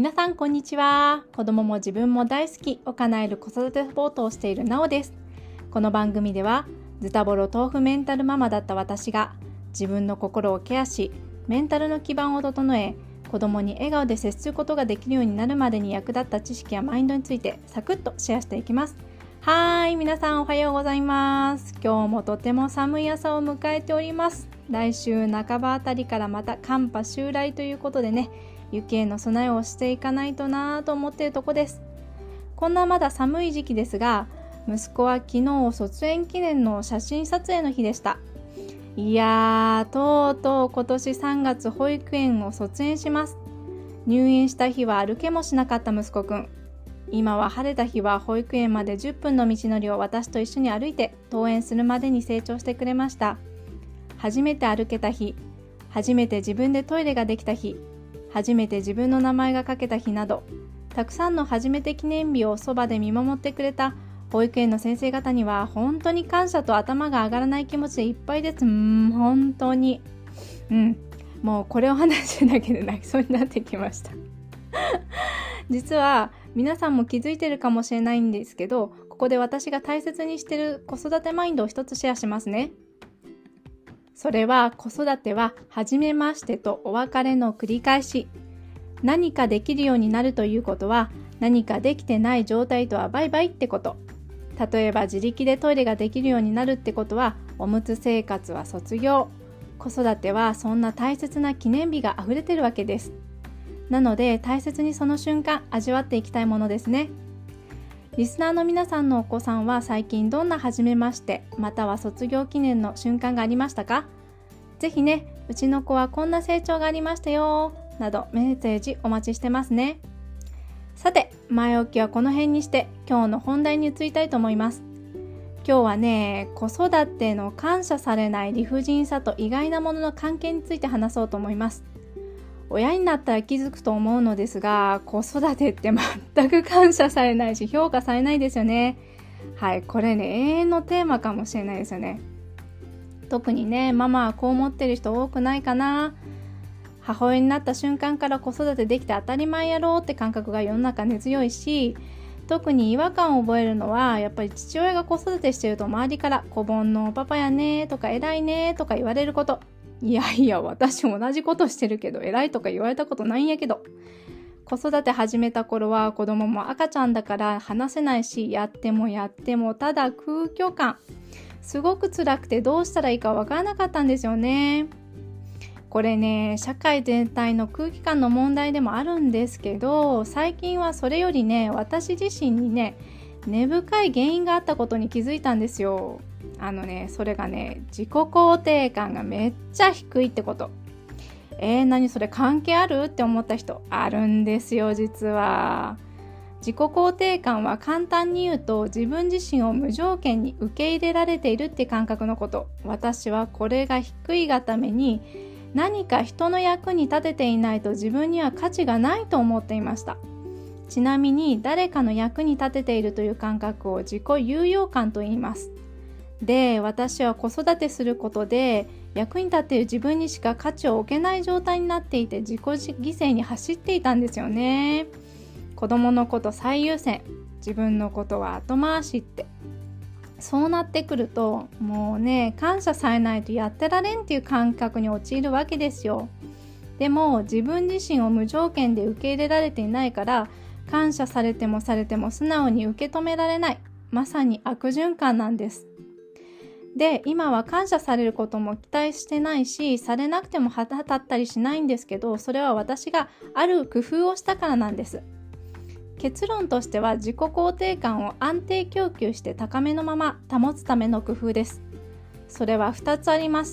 皆さんこんにちは。子供も自分も大好きを叶える子育てサポートをしているなおです。この番組ではズタボロ豆腐メンタルママだった私が自分の心をケアし、メンタルの基盤を整え、子供に笑顔で接することができるようになるまでに役立った知識やマインドについてサクッとシェアしていきます。皆さんおはようございます。今日もとても寒い朝を迎えております。来週半ばあたりからまた寒波襲来ということでね、雪への備えをしていかないとなと思っているとこです。こんなまだ寒い時期ですが、息子は昨日卒園記念の写真撮影の日でした。いやー、とうとう今年3月保育園を卒園します。入園した日は歩けもしなかった息子くん。今は晴れた日は保育園まで10分の道のりを私と一緒に歩いて登園するまでに成長してくれました。初めて歩けた日、初めて自分でトイレができた日、初めて自分の名前が書けた日など、たくさんの初めて記念日をそばで見守ってくれた保育園の先生方には本当に感謝と頭が上がらない気持ちでいっぱいです。本当に。もうこれを話してるだけで泣きそうになってきました。実は皆さんも気づいてるかもしれないんですけど、ここで私が大切にしている子育てマインドを一つシェアしますね。それは、子育ては初めましてとお別れの繰り返し。何かできるようになるということは、何かできてない状態とはバイバイってこと。例えば自力でトイレができるようになるってことは、おむつ生活は卒業。子育てはそんな大切な記念日があふれてるわけです。なので大切にその瞬間味わっていきたいものですね。リスナーの皆さんのお子さんは最近どんな初めましてまたは卒業記念の瞬間がありましたか？ぜひね、うちの子はこんな成長がありましたよなどメッセージお待ちしてますね。さて、前置きはこの辺にして今日の本題に移りたいと思います。今日はね、子育ての感謝されない理不尽さと意外なものの関係について話そうと思います。親になったら気づくと思うのですが、子育てって全く感謝されないし評価されないですよね。これね、永遠のテーマかもしれないですよね。特にね、ママはこう思ってる人多くないかな。母親になった瞬間から子育てできて当たり前やろうって感覚が世の中根強いし、特に違和感を覚えるのはやっぱり父親が子育てしてると周りから子煩悩パパやねとか偉いねとか言われること。いや私同じことしてるけど偉いとか言われたことないんやけど。子育て始めた頃は子供も赤ちゃんだから話せないし、やってもただ空虚感。すごく辛くてどうしたらいいかわからなかったんですよね。これね、社会全体の空気感の問題でもあるんですけど、最近はそれよりね、私自身にね、根深い原因があったことに気づいたんですよ。それがね、自己肯定感がめっちゃ低いってこと。何それ関係あるって思った人あるんですよ、実は。自己肯定感は簡単に言うと、自分自身を無条件に受け入れられているって感覚のこと。私はこれが低いがために、何か人の役に立てていないと自分には価値がないと思っていました。ちなみに誰かの役に立てているという感覚を自己有用感と言います。で、私は子育てすることで役に立っている自分にしか価値を置けない状態になっていて、自己犠牲に走っていたんですよね。子供のこと最優先、自分のことは後回しって。そうなってくるともうね、感謝されないとやってられんっていう感覚に陥るわけですよ。でも自分自身を無条件で受け入れられていないから、感謝されても素直に受け止められない、まさに悪循環なんです。で、今は感謝されることも期待してないし、されなくても腹立ったりしないんですけど、それは私がある工夫をしたからなんです。結論としては、自己肯定感を安定供給して高めのまま保つための工夫です。それは2つあります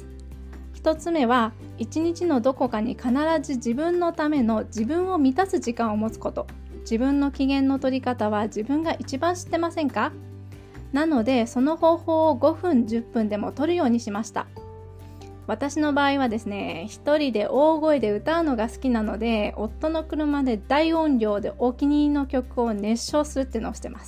。1つ目は、1日のどこかに必ず自分のための自分を満たす時間を持つこと。自分の機嫌の取り方は自分が一番知ってませんか？なので、その方法を5分10分でも取るようにしました。私の場合はですね、一人で大声で歌うのが好きなので、夫の車で大音量でお気に入りの曲を熱唱するっていうのをしてます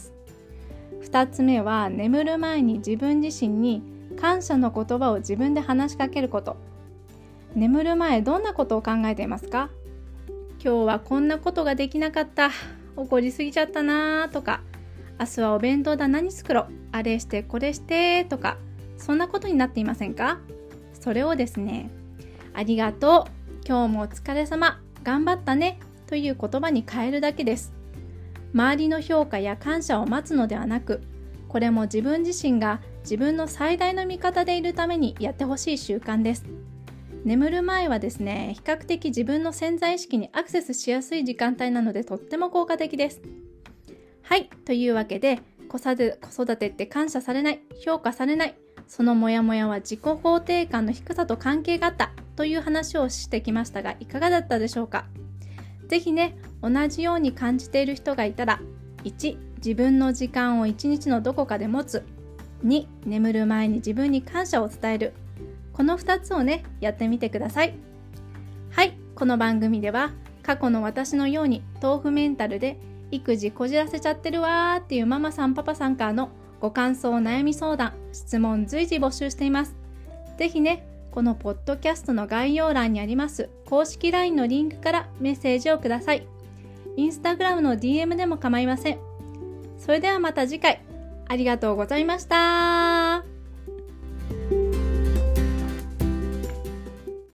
。2つ目は、眠る前に自分自身に感謝の言葉を自分で話しかけること。眠る前、どんなことを考えていますか？ 今日はこんなことができなかった、怒りすぎちゃったなとか、明日はお弁当だ、何作ろう、あれしてこれしてとか、そんなことになっていませんか？それをですね、ありがとう、今日もお疲れ様、頑張ったねという言葉に変えるだけです。周りの評価や感謝を待つのではなく、これも自分自身が自分の最大の味方でいるためにやってほしい習慣です。眠る前はですね、比較的自分の潜在意識にアクセスしやすい時間帯なのでとっても効果的です。はい、というわけで、子育てって感謝されない、評価されない、そのモヤモヤは自己肯定感の低さと関係があったという話をしてきましたが、いかがだったでしょうか？ぜひね、同じように感じている人がいたら、1、自分の時間を1日のどこかで持つ。2、眠る前に自分に感謝を伝える。この2つをね、やってみてください。はい、この番組では過去の私のように豆腐メンタルで育児こじらせちゃってるわーっていうママさんパパさんからのご感想、悩み相談、質問随時募集しています。ぜひね、このポッドキャストの概要欄にあります公式 LINE のリンクからメッセージをください。インスタグラムの DM でも構いません。それではまた次回、ありがとうございました。